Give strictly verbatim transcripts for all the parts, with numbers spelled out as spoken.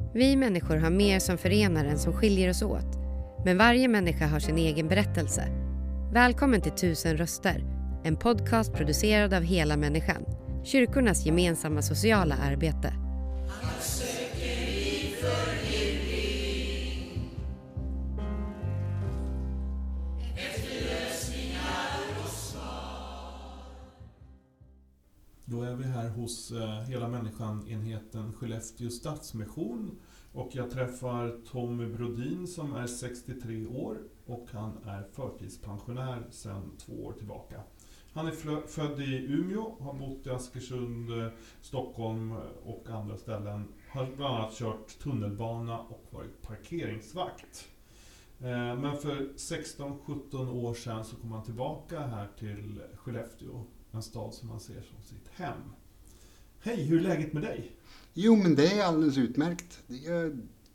Vi människor har mer som förenar än som skiljer oss åt. Men varje människa har sin egen berättelse. Välkommen till Tusen röster, en podcast producerad av Hela människan. Kyrkornas gemensamma sociala arbete. Då är vi här hos eh, Hela människan-enheten Skellefteå Stadsmission och jag träffar Tommy Brodin som är sextiotre år och han är förtidspensionär sedan två år tillbaka. Han är flö- född i Umeå, har bott i Askersund, eh, Stockholm och andra ställen. Har bland annat kört tunnelbana och varit parkeringsvakt. Eh, men för sexton sjutton år sedan så kom han tillbaka här till Skellefteå. En stad som man ser som sitt hem. Hej, hur är läget med dig? Jo, men det är alldeles utmärkt. Jag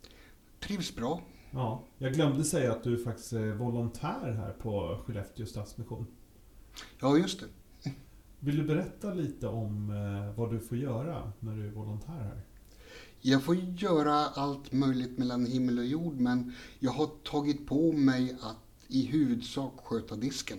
trivs bra. Ja, jag glömde säga att du faktiskt är volontär här på Skellefteå Stadsmission. Ja, just det. Vill du berätta lite om eh, vad du får göra när du är volontär här? Jag får göra allt möjligt mellan himmel och jord, men jag har tagit på mig att i huvudsak sköta disken.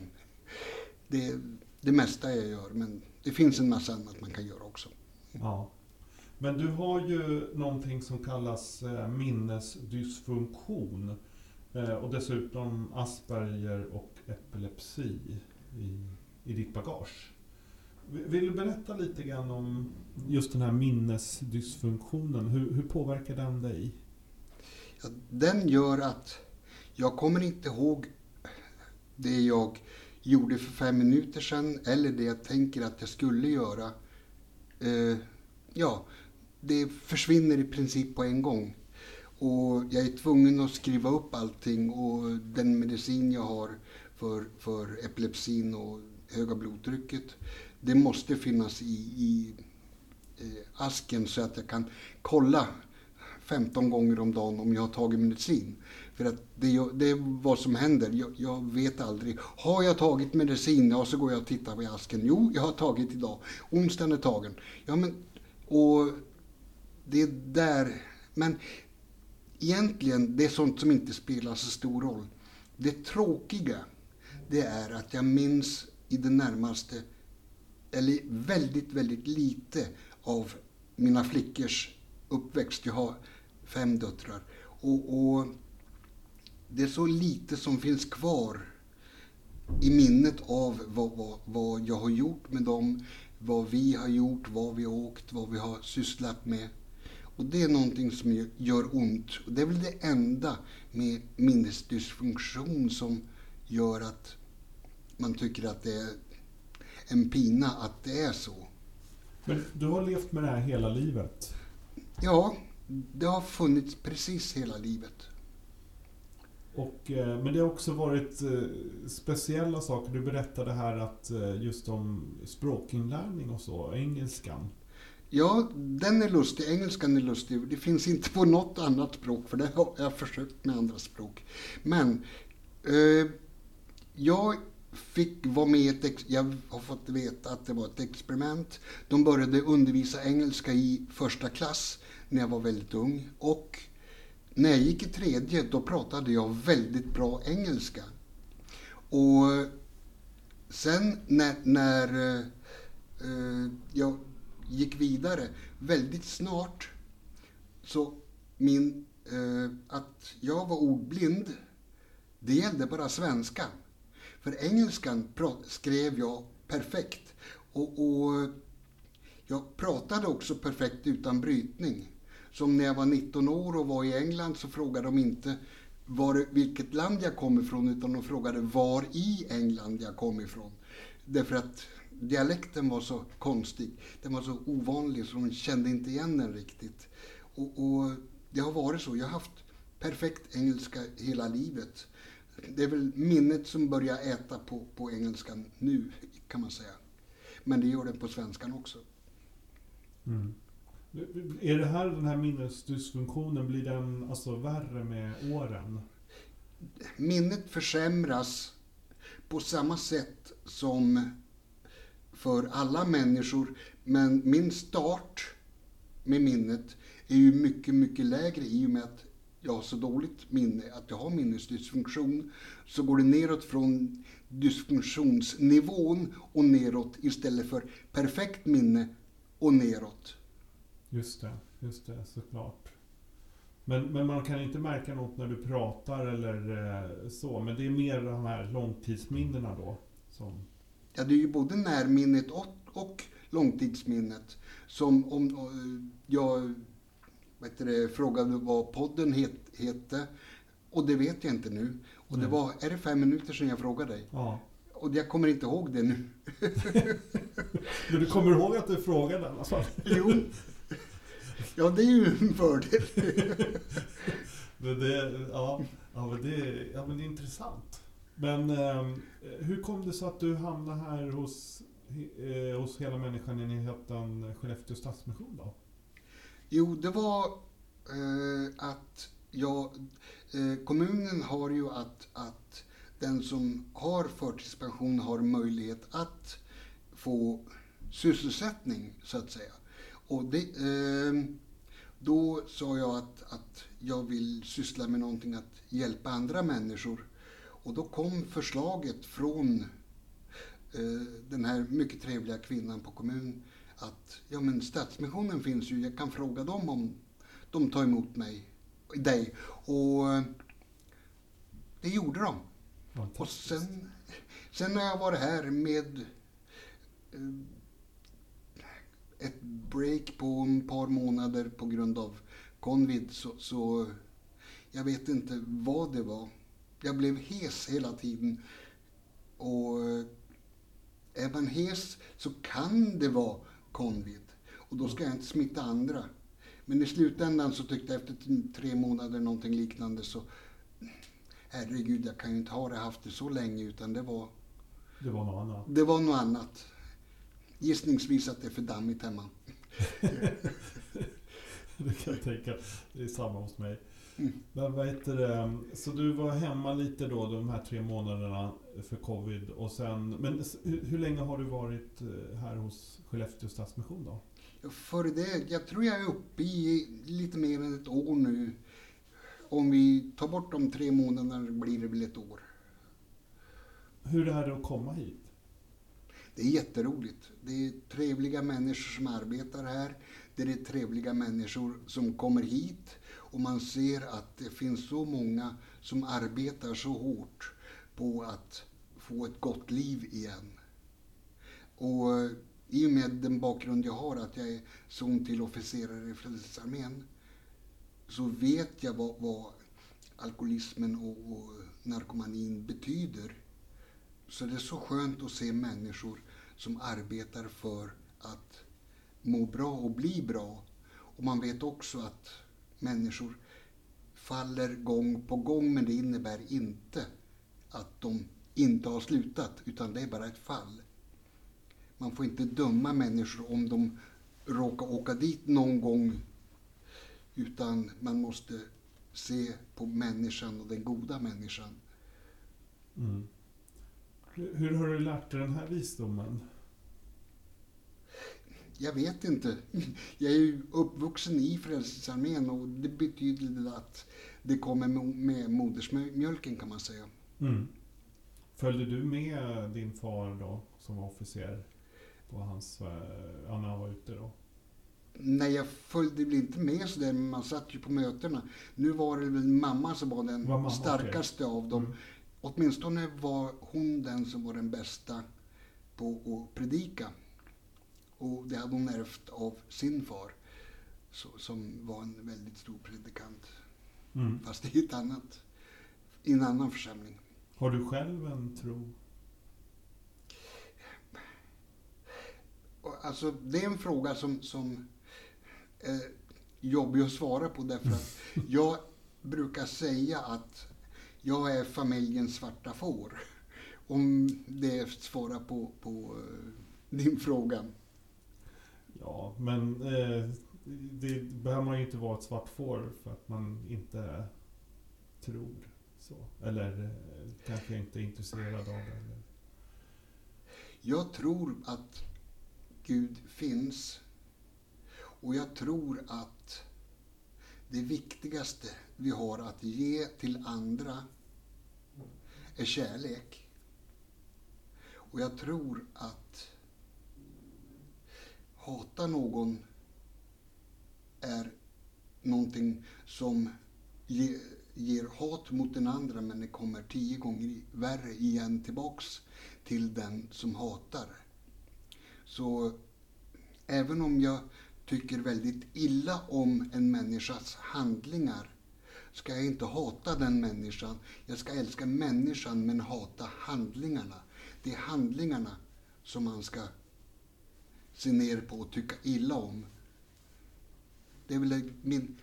Det Det mesta jag gör, men det finns en massa annat man kan göra också. Ja. Men du har ju någonting som kallas eh, minnesdysfunktion eh, och dessutom Asperger och epilepsi i, i ditt bagage. Vill du berätta lite grann om just den här minnesdysfunktionen? Hur, hur påverkar den dig? Ja, den gör att jag kommer inte ihåg det jag gjorde för fem minuter sedan eller det jag tänker att jag skulle göra. Eh, ja, det försvinner i princip på en gång. Och jag är tvungen att skriva upp allting och den medicin jag har för, för epilepsin och höga blodtrycket, det måste finnas i, i eh, asken så att jag kan kolla femton gånger om dagen om jag har tagit medicin. För att det, det är vad som händer. Jag, jag vet aldrig. Har jag tagit medicin? Ja, så går jag och tittar på asken. Jo, jag har tagit idag. Onsdagen är tagen. Ja, men, och det är där. Men egentligen, det är sånt som inte spelar så stor roll. Det tråkiga, det är att jag minns i det närmaste, eller väldigt, väldigt lite av mina flickors uppväxt. Jag har fem döttrar. Och... och det är så lite som finns kvar i minnet av vad, vad, vad jag har gjort med dem, vad vi har gjort, vad vi har åkt, vad vi har sysslat med. Och det är någonting som gör ont. Och det är väl det enda med minnesdysfunktion som gör att man tycker att det är en pina att det är så. Men du har levt med det här hela livet? Ja, det har funnits precis hela livet. Och, men det har också varit speciella saker. Du berättade här att just om språkinlärning och så, engelskan. Ja, den är lustig. Engelskan är lustig. Det finns inte på något annat språk, för det har jag försökt med andra språk. Men eh, jag fick vara med i ett ex- jag har fått veta att det var ett experiment. De började undervisa engelska i första klass när jag var väldigt ung. Och när jag gick i tredje, då pratade jag väldigt bra engelska. Och sen när, när eh, jag gick vidare, väldigt snart, så min, eh, att jag var ordblind, det gällde bara svenska. För engelskan prat, skrev jag perfekt. Och, och jag pratade också perfekt utan brytning. Som när jag var nitton år och var i England så frågade de inte var, vilket land jag kom ifrån, utan de frågade var i England jag kom ifrån. Därför att dialekten var så konstig, den var så ovanlig så de kände inte igen den riktigt. Och, och det har varit så, jag har haft perfekt engelska hela livet. Det är väl minnet som börjar äta på, på engelskan nu, kan man säga. Men det gör det på svenskan också. Mm. Är det här, den här minnesdysfunktionen, blir den alltså värre med åren? Minnet försämras på samma sätt som för alla människor. Men min start med minnet är ju mycket, mycket lägre i och med att jag har så dåligt minne, att jag har minnesdysfunktion, så går det neråt från dysfunktionsnivån och neråt istället för perfekt minne och neråt. Just det, just det, såklart. Men, men man kan inte märka något när du pratar eller eh, så, men det är mer de här långtidsminnena då som... Ja, det är ju både närminnet och, och långtidsminnet. Som om jag vet det, frågade vad podden het, hette, och det vet jag inte nu. Och det var, är det fem minuter sedan jag frågade dig? Ja. Och jag kommer inte ihåg det nu. Men du kommer ihåg att du frågade i alla fall? Jo. Ja, det är ju en fördel. Men det, ja, ja, men det, ja, men det är intressant. Men eh, hur kom det så att du hamnade här hos, eh, hos Hela Människan i enheten Skellefteå Stadsmission då? Jo, det var eh, att jag, eh, kommunen har ju att, att den som har förtidspension har möjlighet att få sysselsättning, så att säga. Och det, eh, då sa jag att, att jag vill syssla med någonting att hjälpa andra människor. Och då kom förslaget från eh, den här mycket trevliga kvinnan på kommun att ja, men Stadsmissionen finns ju, jag kan fråga dem om de tar emot mig, dig. Och eh, det gjorde de. Och sen, sen har jag varit här med eh, ett break på ett par månader på grund av covid, så, så jag vet inte vad det var. Jag blev hes hela tiden, och är man hes så kan det vara covid, och då ska jag inte smitta andra. Men i slutändan så tyckte jag efter tre månader någonting liknande, så herregud, jag kan ju inte ha det, haft det så länge, utan det var det var något annat. Det var något annat. Gissningsvis att det är för dammigt hemma. Det kan jag tänka. Det är samma hos mig. Mm. Men vad heter det? Så du var hemma lite då de här tre månaderna för covid. Och sen, men hur, hur länge har du varit här hos Skellefteå Stadsmission då? För det, jag tror jag är uppe i lite mer än ett år nu. Om vi tar bort de tre månaderna blir det väl ett år. Hur är det att komma hit? Det är jätteroligt. Det är trevliga människor som arbetar här. Det är trevliga människor som kommer hit. Och man ser att det finns så många som arbetar så hårt på att få ett gott liv igen. Och i och med den bakgrund jag har, att jag är son till officerare i Frälsningsarmén, så vet jag vad, vad alkoholismen och, och narkomanin betyder. Så det är så skönt att se människor som arbetar för att må bra och bli bra. Och man vet också att människor faller gång på gång, men det innebär inte att de inte har slutat, utan det är bara ett fall. Man får inte döma människor om de råkar åka dit någon gång, utan man måste se på människan och den goda människan. Mm. Hur har du lärt dig den här visdomen? Jag vet inte. Jag är ju uppvuxen i Frälsningsarmén, och det betyder att det kommer med modersmjölken, kan man säga. Mm. Följde du med din far då, som var officer, på hans, ja, när han var ute då? Nej, jag följde väl inte med så där, men man satt ju på mötena. Nu var det väl mamma som var den var mamma, starkaste okay. av dem. Mm. Åtminstone var hon den som var den bästa på att predika. Och det hade hon ärvt av sin far, så, som var en väldigt stor predikant. Mm. Fast i ett annat, i en annan församling. Har du själv en tro? Alltså, det är en fråga som, som är jobbig att svara på, därför att jag brukar säga att jag är familjens svarta får. Om det är svara på, på din fråga. Ja, men eh, det behöver man ju inte vara ett svart får för att man inte tror så. Eller eh, kanske inte är intresserad av det. Eller? Jag tror att Gud finns. Och jag tror att det viktigaste vi har att ge till andra är kärlek. Och jag tror att hata någon är någonting som ge, ger hat mot den andra, men det kommer tio gånger värre igen tillbaks till den som hatar. Så även om jag tycker väldigt illa om en människas handlingar ska jag inte hata den människan. Jag ska älska människan men hata handlingarna. Det är handlingarna som man ska se ner på och tycka illa om. Det är väl min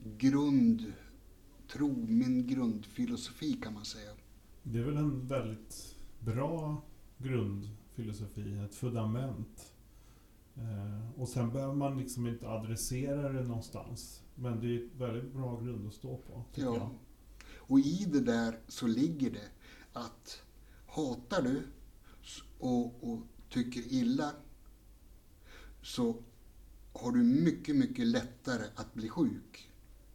grundtro, min grundfilosofi kan man säga. Det är väl en väldigt bra grundfilosofi, ett fundament. Eh, och sen behöver man liksom inte adressera det någonstans. Men det är ett väldigt bra grund att stå på, tycker ja. jag. Och i det där så ligger det att hatar du och, och tycker illa, så har du mycket, mycket lättare att bli sjuk.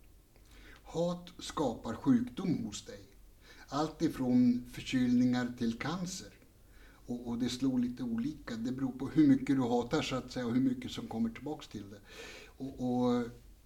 Hat skapar sjukdom hos dig. Allt ifrån förkylningar till cancer. Och, och det slår lite olika. Det beror på hur mycket du hatar så att säga och hur mycket som kommer tillbaks till det. Och, och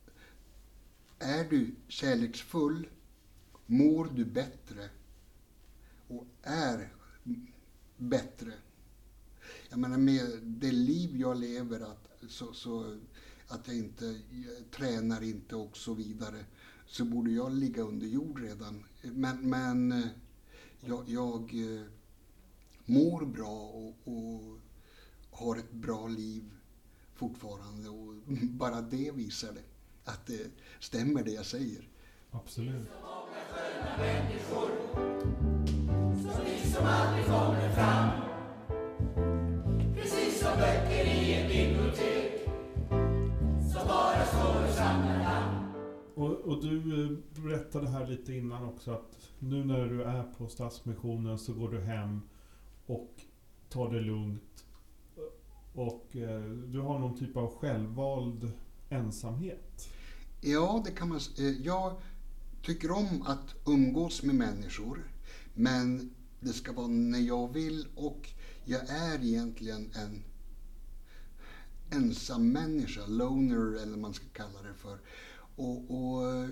är du kärleksfull, mår du bättre och är bättre. Jag menar med det liv jag lever, att, så, så, att jag inte jag tränar inte och så vidare, så borde jag ligga under jord redan. Men, men jag, jag mår bra och, och har ett bra liv fortfarande. Och bara det visar det att det stämmer det jag säger. Absolut. Så många sköna människor som vi som aldrig kommer fram. Precis som böcker i en bibliotek som bara står och samlar namn. Och, och du berättade här lite innan också att nu när du är på Stadsmissionen så går du hem och tar det lugnt. Och eh, du har någon typ av självvald ensamhet. Ja, det kan man säga. Jag tycker om att umgås med människor, men det ska vara när jag vill, och jag är egentligen en ensam människa, loner eller vad man ska kalla det för. Och, och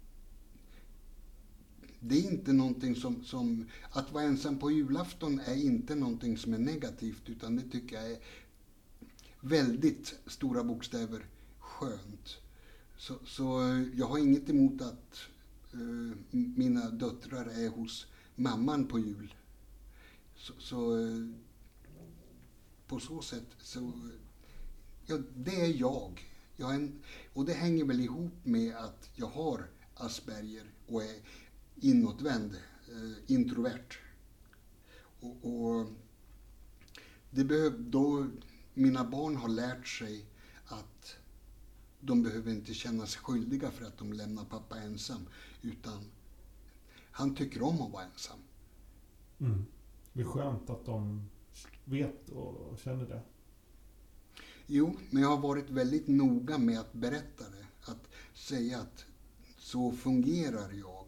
det är inte någonting som, som... Att vara ensam på julafton är inte någonting som är negativt, utan det tycker jag är väldigt stora bokstäver skönt. Så, så jag har inget emot att uh, mina döttrar är hos mamman på jul. Så, så uh, på så sätt så... Ja, det är jag. jag är en, och det hänger väl ihop med att jag har Asperger och är inåtvänd, uh, introvert. Och, och det behöv, då mina barn har lärt sig att de behöver inte känna sig skyldiga för att de lämnar pappa ensam, utan han tycker om att vara ensam. Mm. Det är skönt att de vet och känner det. Jo, men jag har varit väldigt noga med att berätta det. Att säga att så fungerar jag.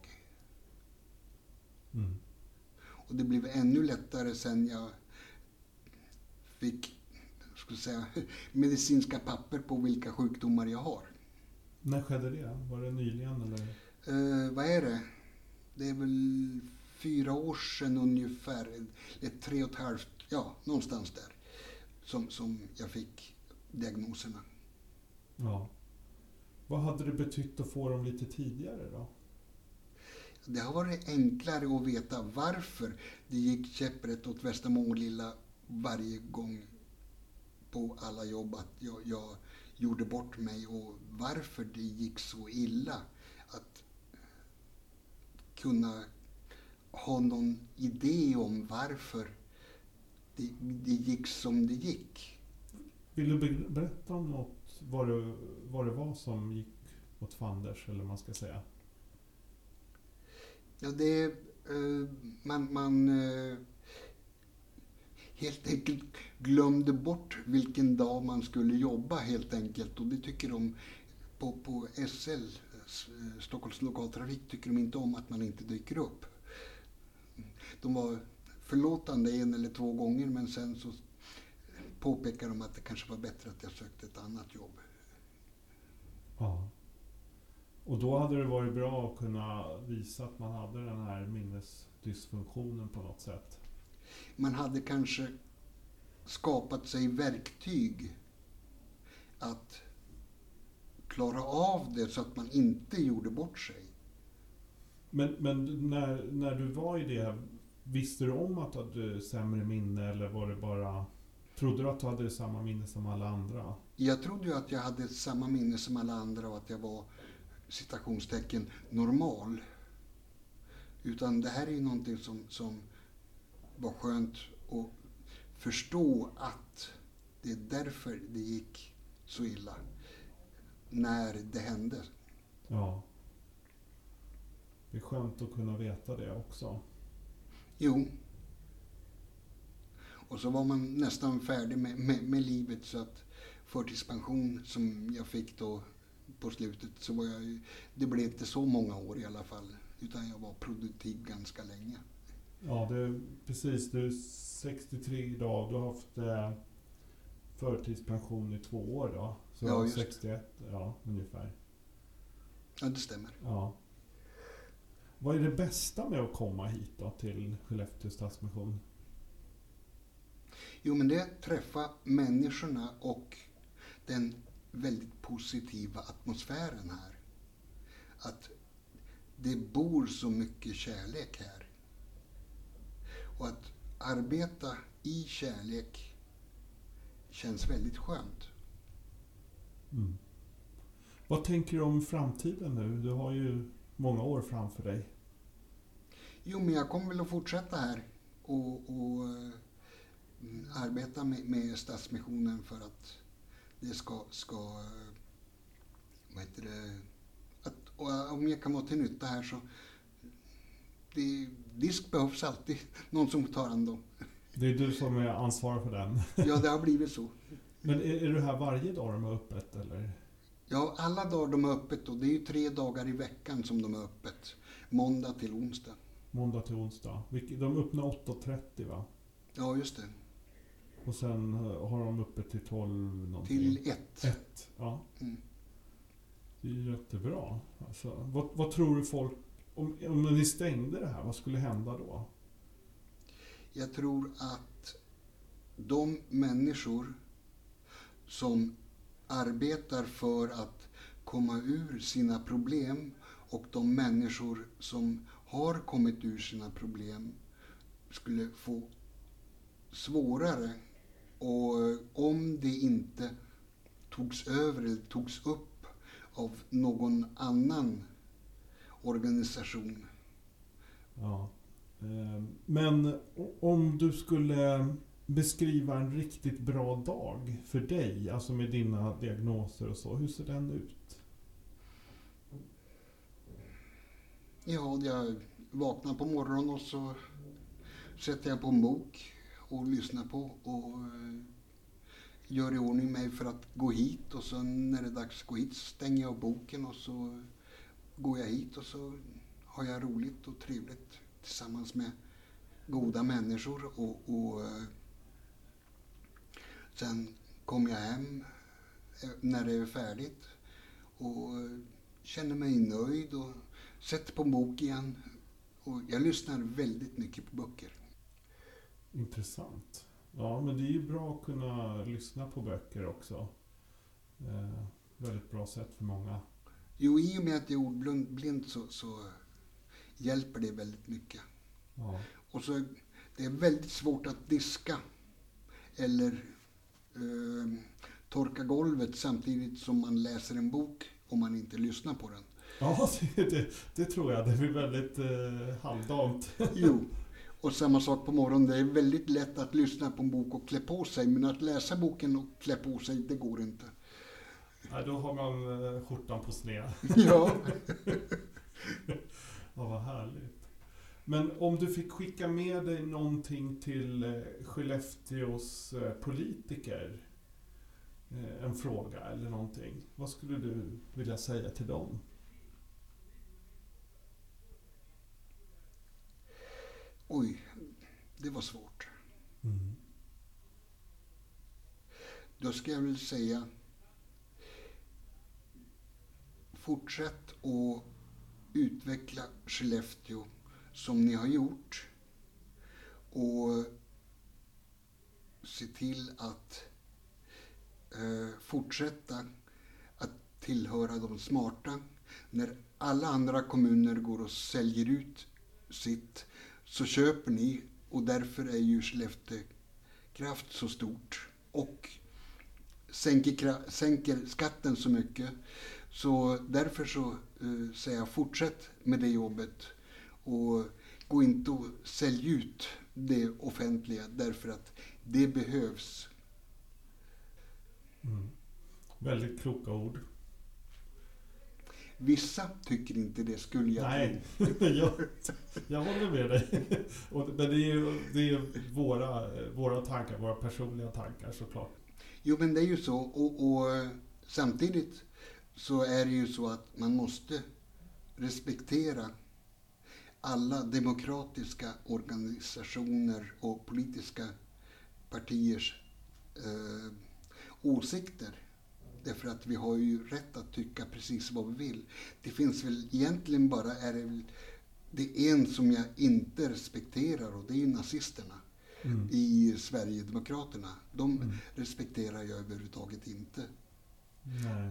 Mm. Och det blev ännu lättare sen jag fick, ska säga, medicinska papper på vilka sjukdomar jag har. När skedde det? Var det nyligen eller? Uh, vad är det? Det är väl fyra år sedan ungefär. Ett tre och ett halvt, ja, någonstans där. Som, som jag fick diagnoserna. Ja. Vad hade det betytt att få dem lite tidigare då? Det har varit enklare att veta varför det gick käpprätt åt Västra Målilla varje gång på alla jobb, att jag, jag gjorde bort mig, och varför det gick så illa. Att kunna ha någon idé om varför det, det gick som det gick. Vill du berätta om något, vad det, vad det var som gick åt fanders, eller man ska säga? Ja, det... Uh, man... man uh, helt enkelt glömde bort vilken dag man skulle jobba helt enkelt. Och det tycker de på, på S L, Stockholms lokaltrafik, tycker de inte om att man inte dyker upp. De var förlåtande en eller två gånger, men sen så påpekar de att det kanske var bättre att jag sökte ett annat jobb. Ja. Och då hade det varit bra att kunna visa att man hade den här minnesdysfunktionen på något sätt. Man hade kanske skapat sig verktyg att klara av det så att man inte gjorde bort sig. Men, men när, när du var i det, visste du om att du hade sämre minne, eller var det bara... Trodde du att du hade samma minne som alla andra? Jag trodde ju att jag hade samma minne som alla andra och att jag var, citationstecken, normal. Utan det här är ju någonting som, som var skönt att förstå, att det är därför det gick så illa när det hände. Ja. Det är skönt att kunna veta det också. Jo. Och så var man nästan färdig med, med, med livet, så att förtidspension som jag fick då på slutet, så var jag, det blev inte så många år i alla fall, utan jag var produktiv ganska länge. Ja, det, precis. Du är sextiotre idag. Du har haft eh, förtidspension i två år då. Så Ja, just. sextioett, ja, ungefär. Ja, det stämmer. Ja. Vad är det bästa med att komma hit då till Skellefteå Stadsmission? Jo, men det är att träffa människorna och den väldigt positiva atmosfären här. Att det bor så mycket kärlek här. Och att arbeta i kärlek känns väldigt skönt. Mm. Vad tänker du om framtiden nu? Du har ju många år framför dig. Jo, men jag kommer väl att fortsätta här och, och mm, arbeta med, med Stadsmissionen för att det ska, ska vad heter det, att, och om jag kan vara till nytta här, så det, disk behövs alltid någon som tar hand om. Det är du som är ansvarig för den. Ja, det har blivit så. Men är, är du här varje dag de är öppet, eller? Ja, alla dagar de är öppet, och det är ju tre dagar i veckan som de är öppet. Måndag till onsdag. Måndag till onsdag. De öppnar åtta trettio, va? Ja, just det. Och sen har de uppe till tolv någonting. Till ett. Ett, ja. Mm. Det är ju jättebra. Alltså, vad, vad tror du folk... Om, om ni stängde det här, vad skulle hända då? Jag tror att de människor som arbetar för att komma ur sina problem, och de människor som har kommit ur sina problem, skulle få svårare, och om det inte togs över eller togs upp av någon annan organisation. Ja. Men om du skulle beskriva en riktigt bra dag för dig, alltså med dina diagnoser och så, hur ser den ut? Ja, jag vaknar på morgonen och så sätter jag på en bok och lyssnar på och gör i ordning mig för att gå hit, och sen när det är dags att gå hit så stänger jag boken och så går jag hit, och så har jag roligt och trevligt tillsammans med goda människor, och, och sen kommer jag hem när det är färdigt och känner mig nöjd och sätter på en bok igen, och jag lyssnar väldigt mycket på böcker. Intressant. Ja, men det är ju bra att kunna lyssna på böcker också. Eh, väldigt bra sätt för många. Jo, i och med att jag är ordblind så, så hjälper det väldigt mycket. Ja. Och så det är väldigt svårt att diska eller eh, torka golvet samtidigt som man läser en bok om man inte lyssnar på den. Ja, det, det, det tror jag. Det blir väldigt eh, halvdant. Jo, och samma sak på morgonen. Det är väldigt lätt att lyssna på en bok och klä på sig, men att läsa boken och klä på sig, det går inte. Ja, då har man eh, skjortan på sned. Ja. Ja, vad härligt. Men om du fick skicka med dig någonting till eh, Skellefteås eh, politiker, eh, en fråga eller någonting, vad skulle du vilja säga till dem? Oj, det var svårt. Mm. Då ska jag väl säga, fortsätt att utveckla Skellefteå som ni har gjort och se till att eh, fortsätta att tillhöra de smarta. När alla andra kommuner går och säljer ut sitt så köper ni, och därför är ju Skellefteå Kraft så stort och sänker, sänker skatten så mycket. Så därför så uh, säger jag, fortsätt med det jobbet och gå inte och sälj ut det offentliga, därför att det behövs. Mm. Väldigt kloka ord. Vissa tycker inte det, skulle jag Nej, jag, jag håller med dig. Och, men det är ju det är våra, våra tankar, våra personliga tankar såklart. Jo, men det är ju så. Och, och samtidigt så är det ju så att man måste respektera alla demokratiska organisationer och politiska partiers eh, åsikter. Därför att vi har ju rätt att tycka precis vad vi vill. Det finns väl egentligen bara, är det, väl, det är en som jag inte respekterar, och det är ju nazisterna mm. i Sverigedemokraterna. De mm. respekterar jag överhuvudtaget inte. Nej.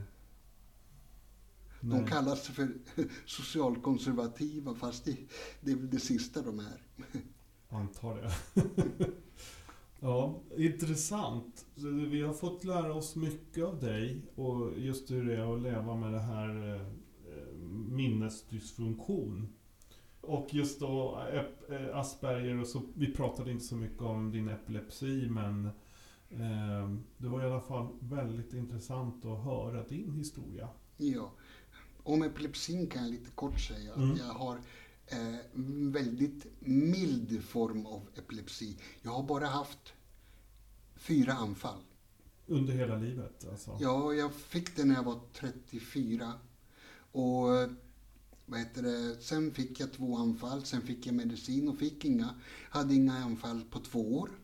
De Nej. kallas för socialkonservativa, fast det, det är väl det sista de är. Antar det. Ja, intressant. Vi har fått lära oss mycket av dig och just hur det är att leva med det här eh, minnesdysfunktion. Och just då eh, Asperger och så, vi pratade inte så mycket om din epilepsi, men eh, det var i alla fall väldigt intressant att höra din historia. Ja, om epilepsin kan jag lite kort säga mm. att jag har Eh, väldigt mild form av epilepsi. Jag har bara haft fyra anfall. Under hela livet alltså? Ja, jag fick det när jag var trettiofyra. Och vad heter det? Sen fick jag två anfall, sen fick jag medicin och fick inga. Hade inga anfall på två år.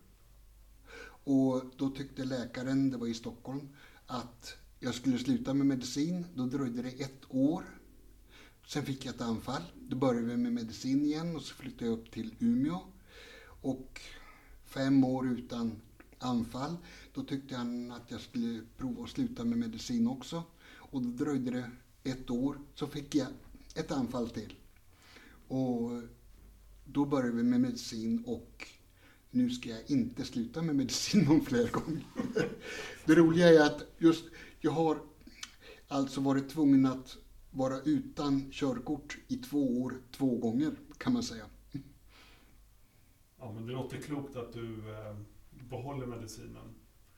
Och då tyckte läkaren, det var i Stockholm, att jag skulle sluta med medicin. Då dröjde det ett år. Sen fick jag ett anfall. Då började vi med medicin igen och så flyttade jag upp till Umeå. Och fem år utan anfall. Då tyckte han att jag skulle prova att sluta med medicin också. Och då dröjde det ett år. Så fick jag ett anfall till. Och då började vi med medicin och nu ska jag inte sluta med medicin någon fler gånger. Det roliga är att just jag har alltså varit tvungen att vara utan körkort i två år, två gånger kan man säga. Ja, men det låter klokt att du eh, behåller medicinen.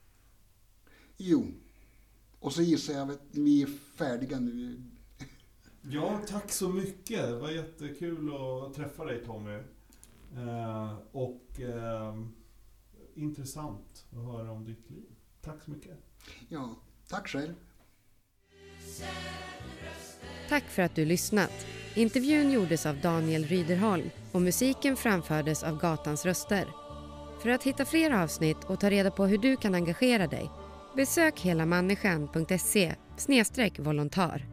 Jo, och så gissar jag att vi är färdiga nu. Ja, tack så mycket. Det var jättekul att träffa dig, Tommy. Eh, och eh, intressant att höra om ditt liv. Tack så mycket. Ja, tack själv. Tack för att du lyssnat. Intervjun gjordes av Daniel Ryderholm och musiken framfördes av Gatans röster. För att hitta fler avsnitt och ta reda på hur du kan engagera dig, besök helamänniskan punkt se slash volontar.